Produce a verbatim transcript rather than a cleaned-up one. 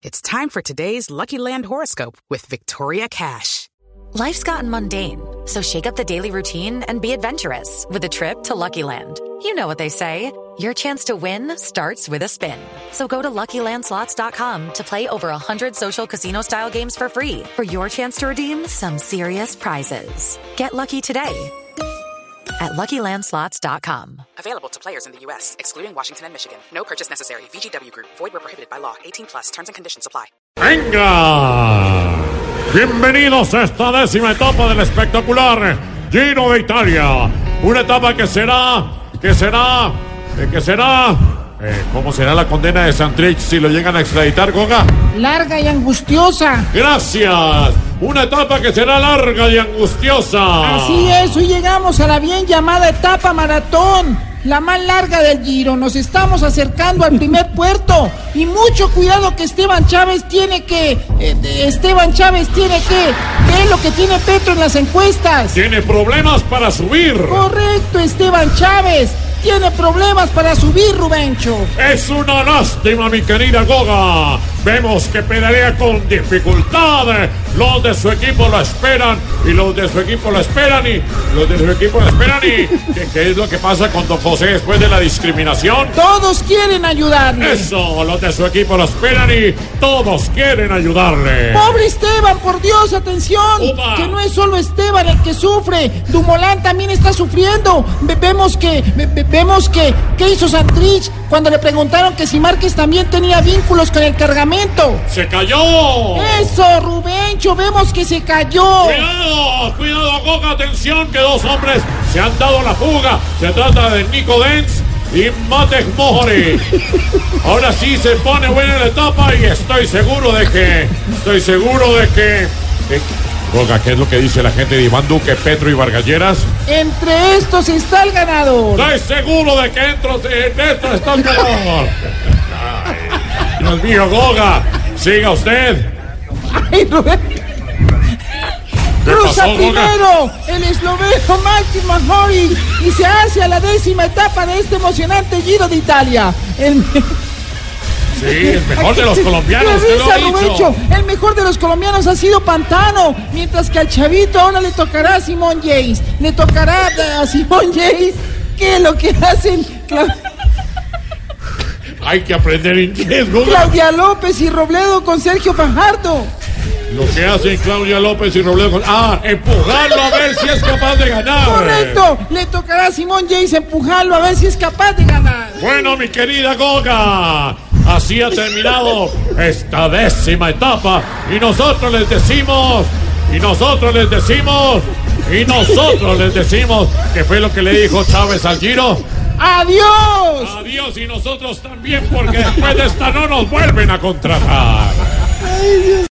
It's time for today's Lucky Land horoscope with Victoria Cash. Life's gotten mundane, so shake up the daily routine and be adventurous with a trip to Lucky Land. You know what they say, your chance to win starts with a spin. So go to Lucky Land Slots dot com to play over one hundred social casino-style games for free for your chance to redeem some serious prizes. Get lucky today at Lucky Land Slots dot com. Available to players in the U S, excluding Washington and Michigan. No purchase necessary. V G W Group. Void where prohibited by law. eighteen plus. Terms and conditions apply. ¡Venga! Bienvenidos a esta décima etapa del espectacular Giro de Italia. Una etapa que será, que será, eh, que será... Eh, ¿Cómo será la condena de Santrich si lo llegan a extraditar, Goga? Larga y angustiosa. ¡Gracias! Una etapa que será larga y angustiosa. Así es, hoy llegamos a la bien llamada etapa maratón, la más larga del Giro. Nos estamos acercando al primer puerto. Y mucho cuidado que Esteban Chávez tiene que... Eh, Esteban Chávez tiene que... ¿Qué es lo que tiene Petro en las encuestas? Tiene problemas para subir. Correcto, Esteban Chávez. Tiene problemas para subir, Rubencho. Es una lástima, mi querida Goga. Vemos que pedalea con dificultad. Los de su equipo lo esperan y los de su equipo lo esperan y los de su equipo lo esperan y ¿qué, qué es lo que pasa con don José después de la discriminación? Todos quieren ayudarle. Eso, los de su equipo lo esperan y todos quieren ayudarle. Pobre Esteban, por Dios, atención. Upa. Que no es solo Esteban el que sufre. Dumoulin también está sufriendo. Ve- vemos que, ve- ve- vemos que, ¿qué hizo Santrich cuando le preguntaron que si Márquez también tenía vínculos con el cargamento? ¡Se cayó! Eso, Rubencho, vemos que se cayó. ¡Cuidado! ¡Cuidado, Goga! ¡Atención! Que dos hombres se han dado la fuga. Se trata de Nico Denz y Matej Mohori. Ahora sí se pone buena la etapa y estoy seguro de que... Estoy seguro de que... que Goga, ¿qué es lo que dice la gente de Iván Duque, Petro y Vargas Lleras? Entre estos está el ganador. Estoy seguro de que dentro de esto está el ganador. Ay, Dios mío, Goga. Siga usted. Ay, Rubencho. ¿Qué Cruza pasó, Goga? primero el esloveno Matej Mohori y se hace a la décima etapa de este emocionante Giro de Italia. El... Sí, el mejor de los colombianos, ¡Qué usted lo risa, ha dicho. Rubencho! El mejor de los colombianos ha sido Pantano, mientras que al chavito ahora le tocará a Simón Yates. Le tocará a Simón Yates. ¿Qué es lo que hacen Cla- Hay que aprender inglés, Goga. Claudia López y Robledo con Sergio Fajardo? Lo que hacen Claudia López y Robledo con... Ah, empujarlo a ver si es capaz de ganar. Correcto, le tocará a Simón Yates empujarlo a ver si es capaz de ganar. Bueno, mi querida Goga, así ha terminado esta décima etapa y nosotros les decimos, y nosotros les decimos, y nosotros les decimos que fue lo que le dijo Chávez al Giro. ¡Adiós! Adiós y nosotros también porque después de esta no nos vuelven a contratar. Ay, Dios.